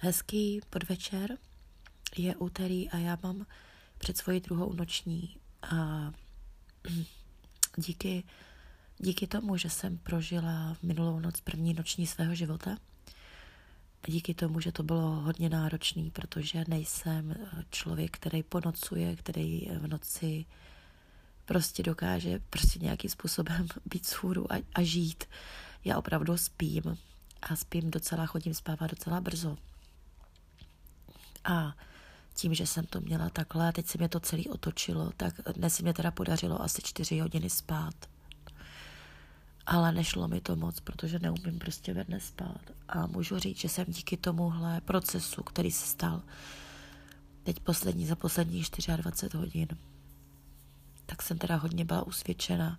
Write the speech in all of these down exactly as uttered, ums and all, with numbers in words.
Hezký podvečer, je úterý a já mám před svojí druhou noční a díky, díky tomu, že jsem prožila minulou noc první noční svého života, díky tomu, že to bylo hodně náročný, protože nejsem člověk, který ponocuje, který v noci prostě dokáže prostě nějakým způsobem být vzhůru a, a žít. Já opravdu spím a spím docela, chodím spávat docela brzo. A tím, že jsem to měla takhle, teď se mě to celý otočilo, tak dnes se mě teda podařilo asi čtyři hodiny spát. Ale nešlo mi to moc, protože neumím prostě ve dne spát. A můžu říct, že jsem díky tomuhle procesu, který se stal teď poslední, za poslední dvacet čtyři hodin, tak jsem teda hodně byla usvědčena.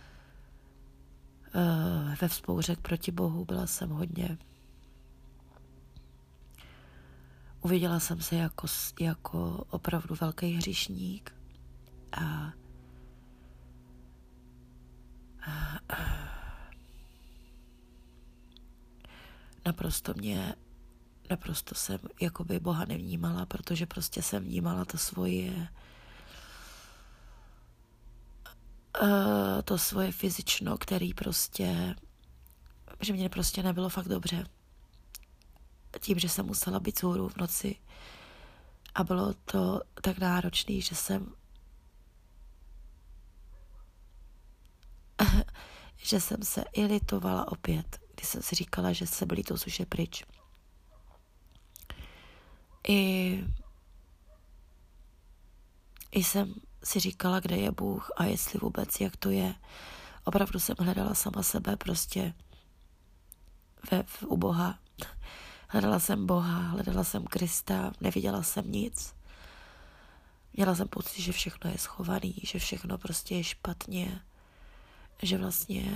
Uh, ve vzpouře proti Bohu byla jsem hodně. Uviděla jsem se jako, jako opravdu velký hříšník a, a, a naprosto mě, naprosto jsem jakoby Boha nevnímala, protože prostě jsem vnímala to svoje uh, to svoje fyzično, který prostě, že mě prostě nebylo fakt dobře. Tím, že jsem musela být vzhůru v noci a bylo to tak náročný, že jsem že jsem se i litovala opět, když jsem si říkala, že se lítost už je pryč. I, I jsem si říkala, kde je Bůh a jestli vůbec, jak to je. Opravdu jsem hledala sama sebe prostě ve, v, u Boha. Hledala jsem Boha, hledala jsem Krista, neviděla jsem nic. Měla jsem pocit, že všechno je schovaný, že všechno prostě je špatně, že vlastně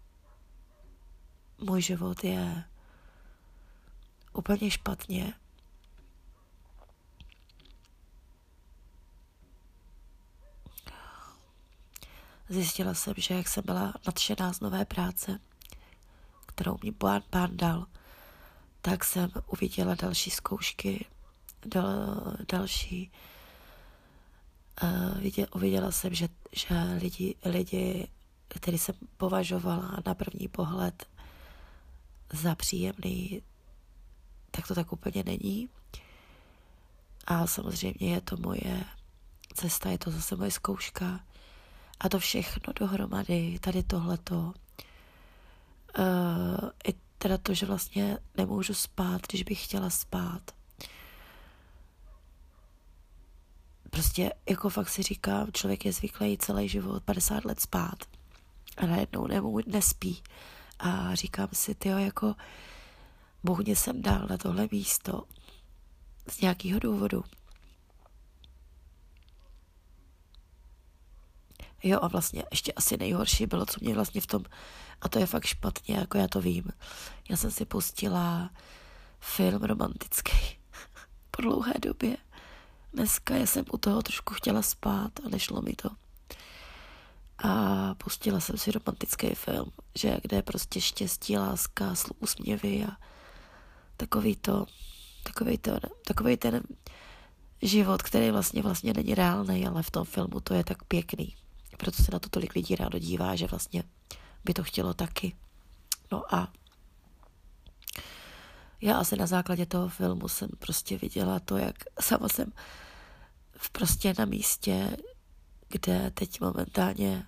můj život je úplně špatně. Zjistila jsem, že jak jsem byla nadšená z nové práce, kterou mi pán, pán dal, tak jsem uviděla další zkoušky, dal, další. Uh, viděl, uviděla jsem, že, že lidi, lidi, který jsem považovala na první pohled za příjemný, tak to tak úplně není. A samozřejmě je to moje cesta, je to zase moje zkouška. A to všechno dohromady, tady tohleto, uh, i teda to, že vlastně nemůžu spát, když bych chtěla spát. Prostě jako fakt si říkám, člověk je zvyklý celý život padesát let spát a najednou nemů, nespí. A říkám si, tyjo, jako Bůh mě sem dal na tohle místo z nějakého důvodu. Jo, a vlastně ještě asi nejhorší bylo, co mě vlastně v tom, a to je fakt špatně, jako já to vím. Já jsem si pustila film romantický po dlouhé době. Dneska já jsem u toho trošku chtěla spát a nešlo mi to. A pustila jsem si romantický film, že kde je prostě štěstí, láska, úsměvy a takový to, takový to, takový ten život, který vlastně vlastně není reálný, ale v tom filmu to je tak pěkný. Proto se na to tolik lidí rádo dívá, že vlastně by to chtělo taky. No a já asi na základě toho filmu jsem prostě viděla to, jak sama jsem prostě na místě, kde teď momentálně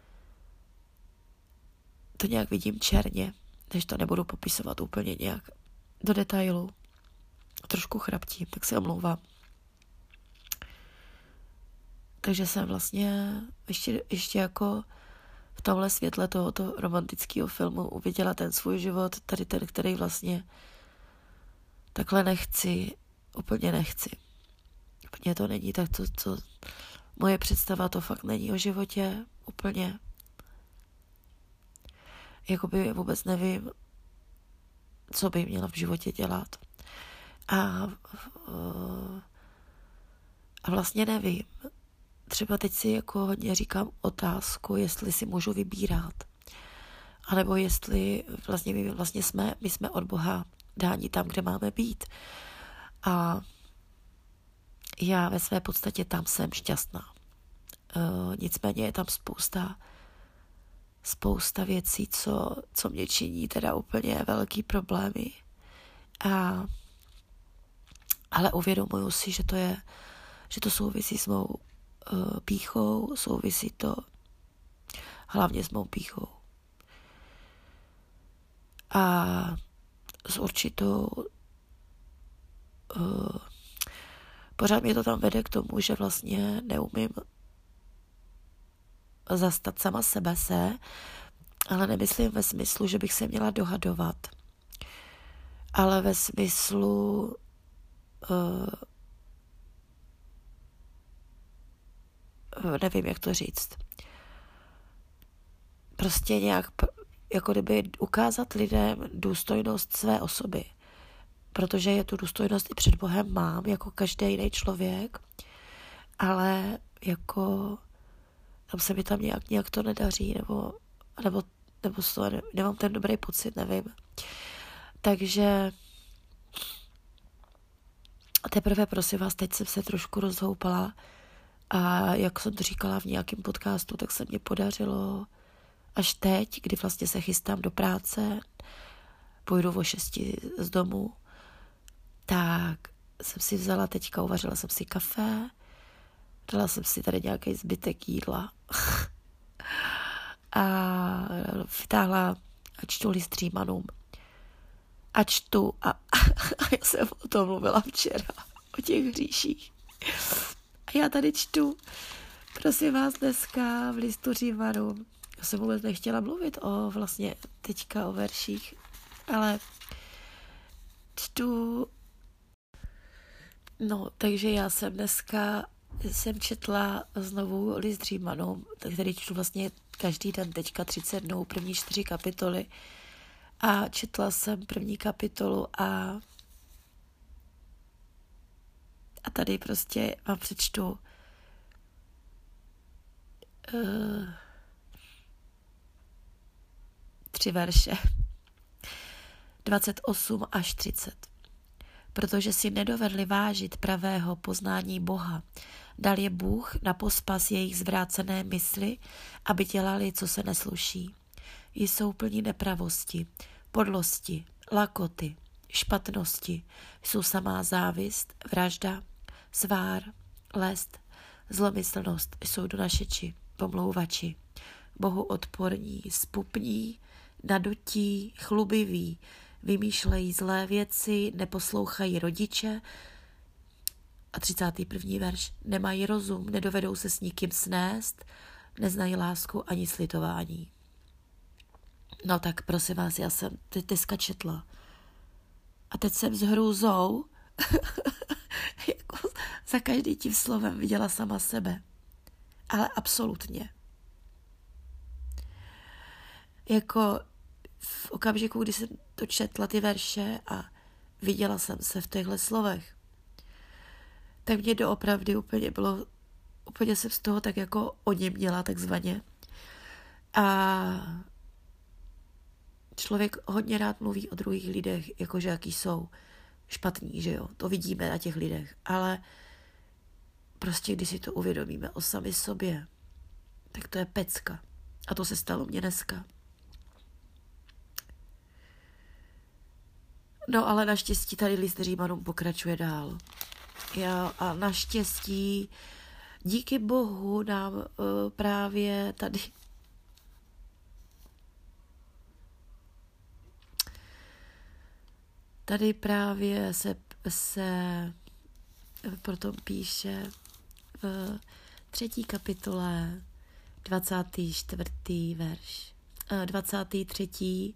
to nějak vidím černě, než to nebudu popisovat úplně nějak do detailu. Trošku chraptím, tak se omlouvám. Takže jsem vlastně ještě, ještě jako v tomhle světle tohoto romantického filmu uviděla ten svůj život, tady ten, který vlastně takhle nechci, úplně nechci. Úplně to není tak, co, co moje představa to fakt není o životě, úplně. Jakoby vůbec nevím, co by měla v životě dělat. A, a vlastně nevím. Třeba teď si jako hodně říkám otázku, jestli si můžu vybírat. A nebo jestli vlastně my vlastně jsme, my jsme od Boha dáni tam, kde máme být. A já ve své podstatě tam jsem šťastná. Uh, nicméně je tam spousta spousta věcí, co, co mě činí teda úplně velký problémy. A, ale uvědomuju si, že to je, že to souvisí s mou uh, pýchou, souvisí to hlavně s mou pýchou. A s určitou uh, pořád mě to tam vede k tomu, že vlastně neumím zastat sama sebe se, ale nemyslím ve smyslu, že bych se měla dohadovat, ale ve smyslu uh, nevím, jak to říct. Prostě nějak jako kdyby ukázat lidem důstojnost své osoby, protože je tu důstojnost i před Bohem mám, jako každý jiný člověk, ale jako tam se mi tam nějak, nějak to nedaří, nebo, nebo, nebo to, ne, nemám ten dobrý pocit, nevím. Takže teprve, prosím vás, teď jsem se trošku rozhoupala a jak jsem to říkala v nějakém podcastu, tak se mě podařilo až teď, kdy vlastně se chystám do práce, půjdu o šesti z domu, tak jsem si vzala teďka, uvařila jsem si kafe, dala jsem si tady nějaký zbytek jídla a vytáhla a čtu list Římanům. A čtu a, a já jsem o tom mluvila včera, o těch hříších. A já tady čtu, prosím vás, dneska v listu Římanům. Já jsem vůbec nechtěla mluvit o vlastně teďka o verších, ale čtu. No, takže já jsem dneska jsem četla znovu list Římanům, který čtu vlastně každý den teďka třicet dnů, první čtyři kapitoly. A četla jsem první kapitolu a a tady prostě vám přečtu uh, tři verše. dvacet osm až třicet. Protože si nedovedli vážit pravého poznání Boha, dal je Bůh na pospas jejich zvrácené mysli, aby dělali, co se nesluší. Jsou plní nepravosti, podlosti, lakoty, špatnosti, jsou samá závist, vražda, svár, lest, zlomyslnost, jsou donašeči, pomlouvači, Bohu odporní, spupní, nadutí, chlubiví, vymýšlejí zlé věci, neposlouchají rodiče. A třicátý první verš. Nemají rozum, nedovedou se s nikým snést, neznají lásku ani slitování. No tak prosím vás, já jsem teď dneska četla. A teď jsem s hrůzou jako za každým tím slovem viděla sama sebe. Ale absolutně. Jako v okamžiku, kdy jsem to četla ty verše a viděla jsem se v těchto slovech, tak mě doopravdy úplně bylo, úplně jsem z toho tak jako oněměla takzvaně. A člověk hodně rád mluví o druhých lidech, jakože jaký jsou špatní, že jo, to vidíme na těch lidech, ale prostě když si to uvědomíme o sami sobě, tak to je pecka. A to se stalo mně dneska. No ale naštěstí tady list Římanům pokračuje dál. Já, a naštěstí díky Bohu nám uh, právě tady tady právě se, se proto píše v třetí kapitole dvacátý čtvrtý verš, uh, dvacátý třetí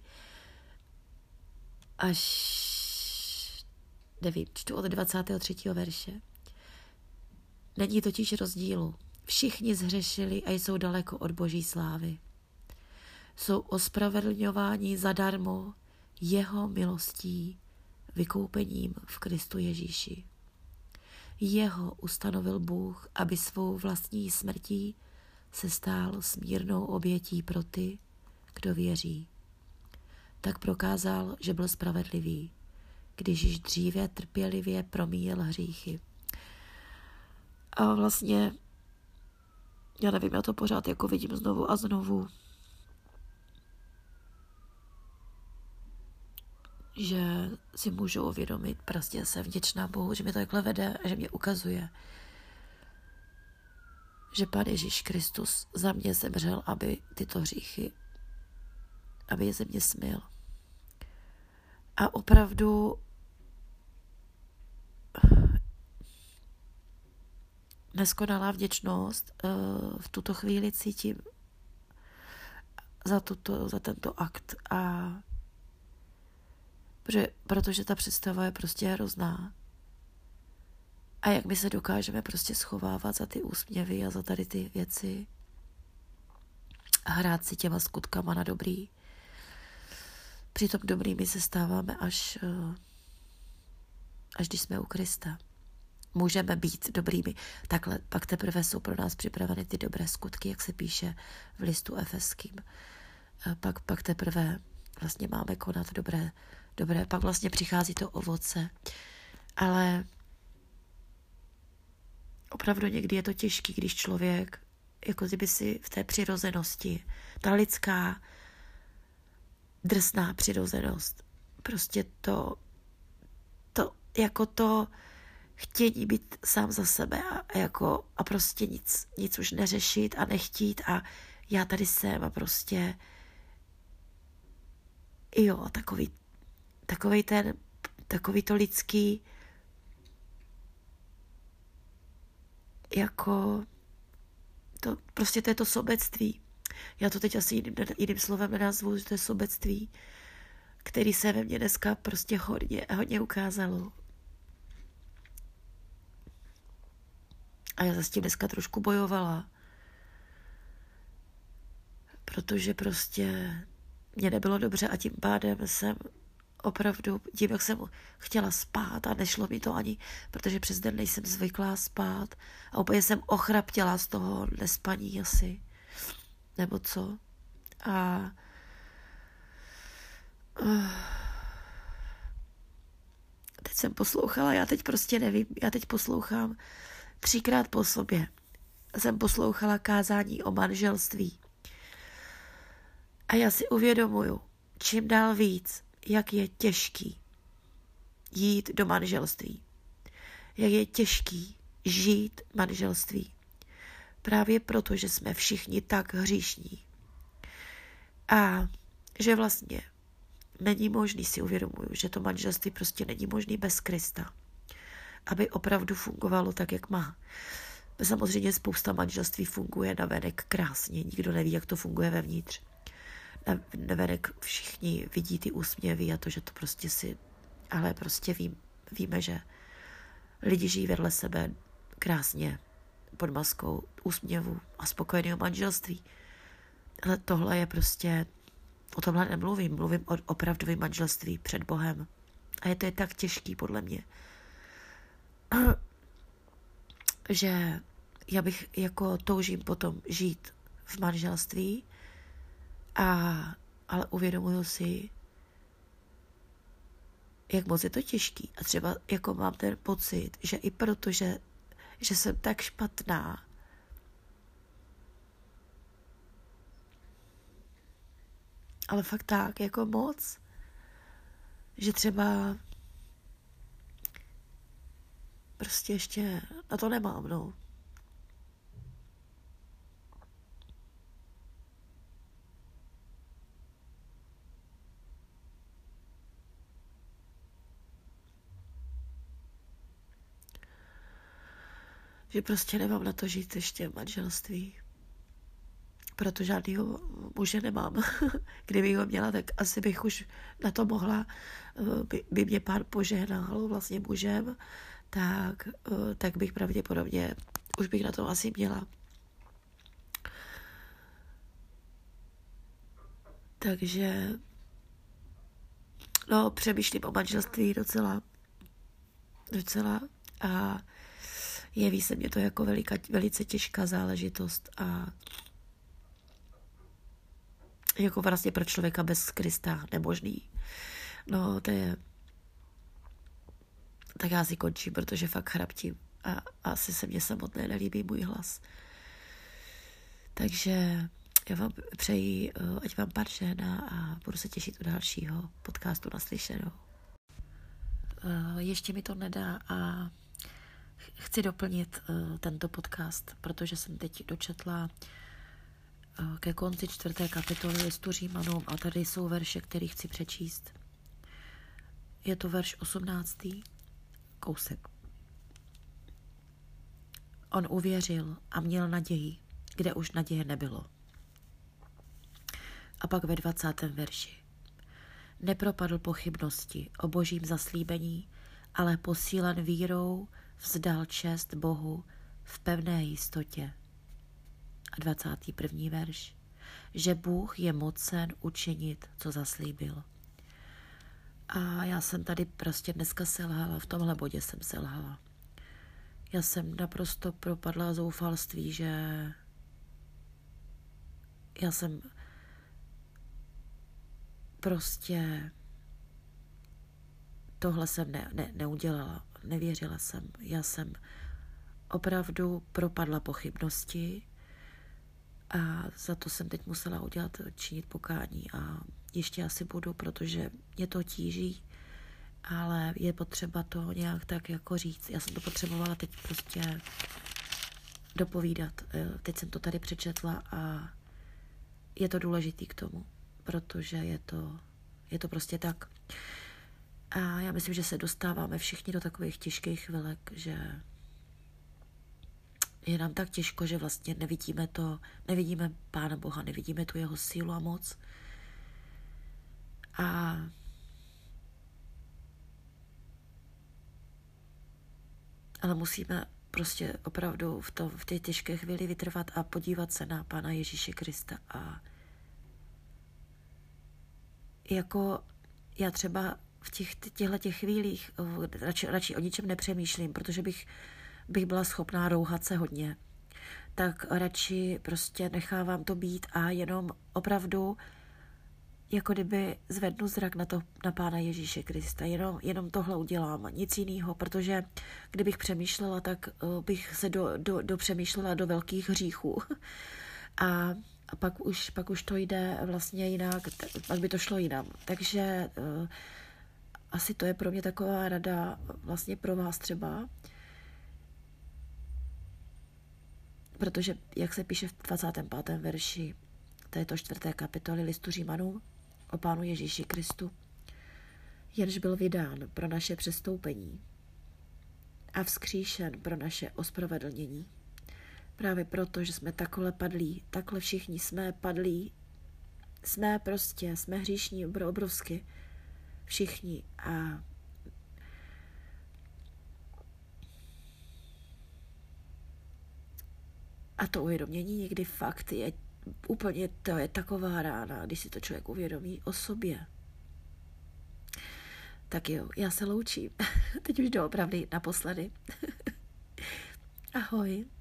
až, nevím, čtu od dvacátého třetího verše. Není totiž rozdílu. Všichni zhřešili a jsou daleko od Boží slávy. Jsou ospravedlňováni zadarmo jeho milostí, vykoupením v Kristu Ježíši. Jeho ustanovil Bůh, aby svou vlastní smrtí se stál smírnou obětí pro ty, kdo věří. Tak prokázal, že byl spravedlivý, když již dříve trpělivě promíjel hříchy. A vlastně, já nevím, já to pořád jako vidím znovu a znovu, že si můžu uvědomit, prostě jsem vděčná Bohu, že mě to takhle vede a že mě ukazuje, že Pán Ježíš Kristus za mě zemřel, aby tyto hříchy, aby je ze mě smyl. A opravdu neskonalá vděčnost uh, v tuto chvíli cítím za, tuto, za tento akt. A protože, protože ta představa je prostě hrozná. A jak my se dokážeme prostě schovávat za ty úsměvy a za tady ty věci a hrát si těma skutkama na dobrý. Přitom dobrými se stáváme až, až když jsme u Krista. Můžeme být dobrými. Takhle pak teprve jsou pro nás připraveny ty dobré skutky, jak se píše v listu Efeským. Pak, pak teprve vlastně máme konat dobré, dobré. Pak vlastně přichází to ovoce. Ale opravdu někdy je to těžký, když člověk, jako kdyby si v té přirozenosti, ta lidská drsná přirozenost, prostě to, to jako to chtění být sám za sebe a, a, jako, a prostě nic, nic už neřešit a nechtít a já tady jsem a prostě jo, takový, takový ten, takový to lidský jako to, prostě to je to sobectví. Já to teď asi jiným, jiným slovem nenazvu, že to je sobectví, který se ve mně dneska prostě hodně, hodně ukázalo. A já se s tím dneska trošku bojovala. Protože prostě mě nebylo dobře a tím pádem jsem opravdu, tím, jak jsem chtěla spát a nešlo mi to ani, protože přes den nejsem zvyklá spát a úplně jsem ochraptěla z toho nespaní asi. Nebo co? A uh, teď jsem poslouchala, já teď prostě nevím, já teď poslouchám třikrát po sobě. Jsem poslouchala kázání o manželství. A já si uvědomuju, čím dál víc, jak je těžký jít do manželství. Jak je těžký žít manželství. Právě proto, že jsme všichni tak hříšní. A že vlastně není možný, si uvědomuju, že to manželství prostě není možný bez Krista. Aby opravdu fungovalo tak, jak má. Samozřejmě spousta manželství funguje navenek krásně, nikdo neví, jak to funguje vevnitř. Navenek všichni vidí ty úsměvy a to, že to prostě si, ale prostě vím, víme, že lidi žijí vedle sebe krásně, pod maskou úsměvu a spokojeného manželství. Ale tohle je prostě, o tomhle nemluvím, mluvím o opravdovém manželství před Bohem. A je to je tak těžký, podle mě, že já bych jako toužím potom žít v manželství, a, ale uvědomuju si, jak moc je to těžký. A třeba jako mám ten pocit, že i proto, že, že jsem tak špatná, ale fakt tak, jako moc, že třeba prostě ještě na to nemám, no. Že prostě nemám na to žít ještě v manželství. Proto žádnýho muže nemám. Kdybych ho měla, tak asi bych už na to mohla, by, by mě Pán požehnal vlastně mužem, tak, tak bych pravděpodobně, už bych na to asi měla. Takže, no, přemýšlím o manželství docela, docela a jeví se mě to jako velika, velice těžká záležitost a jako vlastně pro člověka bez Krista nemožný. No, to je tak já si končím, protože fakt chraptím a, a asi se mně samotné nelíbí můj hlas. Takže já vám přeji, ať vám pár žehná a budu se těšit u dalšího podcastu Naslyšenou. Ještě mi to nedá a chci doplnit tento podcast, protože jsem teď dočetla ke konci čtvrté kapitoly listu Římanům a tady jsou verše, které chci přečíst. Je to verš osmnáctý, kousek. On uvěřil a měl naději, kde už naděje nebylo. A pak ve dvacátém verši. Nepropadl pochybnosti o božím zaslíbení, ale posílen vírou vzdal čest Bohu v pevné jistotě. A dvacátý první verš. Že Bůh je mocen učinit, co zaslíbil. A já jsem tady prostě dneska selhala, v tomhle bodě jsem selhala. Já jsem naprosto propadla zoufalství, že já jsem prostě tohle jsem ne, ne, neudělala, nevěřila jsem. Já jsem opravdu propadla pochybnosti a za to jsem teď musela udělat, činit pokání a ještě asi budu, protože mě to tíží, ale je potřeba to nějak tak jako říct. Já jsem to potřebovala teď prostě dopovídat. Teď jsem to tady přečetla a je to důležitý k tomu, protože je to, je to prostě tak. A já myslím, že se dostáváme všichni do takových těžkých chvilek, že je nám tak těžko, že vlastně nevidíme to, nevidíme Pána Boha, nevidíme tu jeho sílu a moc. A ale musíme prostě opravdu v, tom, v té těžké chvíli vytrvat a podívat se na Pána Ježíše Krista. A jako já třeba v těch, těchto těch chvílích radši, radši o ničem nepřemýšlím, protože bych, bych byla schopná rouhat se hodně. Tak radši prostě nechávám to být a jenom opravdu jako kdyby zvednu zrak na, to, na Pána Ježíše Krista. Jenom, jenom tohle udělám, nic jiného, protože kdybych přemýšlela, tak uh, bych se do, do, dopřemýšlela do velkých hříchů. A, a pak, už, pak už to jde vlastně jinak, pak by to šlo jinam. Takže uh, asi to je pro mě taková rada vlastně pro vás třeba, protože, jak se píše v dvacátém pátém verši této čtvrté kapitoly listu Římanům o Pánu Ježíši Kristu, jenž byl vydán pro naše přestoupení a vzkříšen pro naše ospravedlnění. Právě proto, že jsme takhle padlí, takhle všichni jsme padlí, jsme prostě, jsme hříšní obrovsky, všichni a a to uvědomění někdy fakt je úplně, to je taková rána, když si to člověk uvědomí o sobě. Tak jo, já se loučím. Teď už doopravdy naposledy. Ahoj.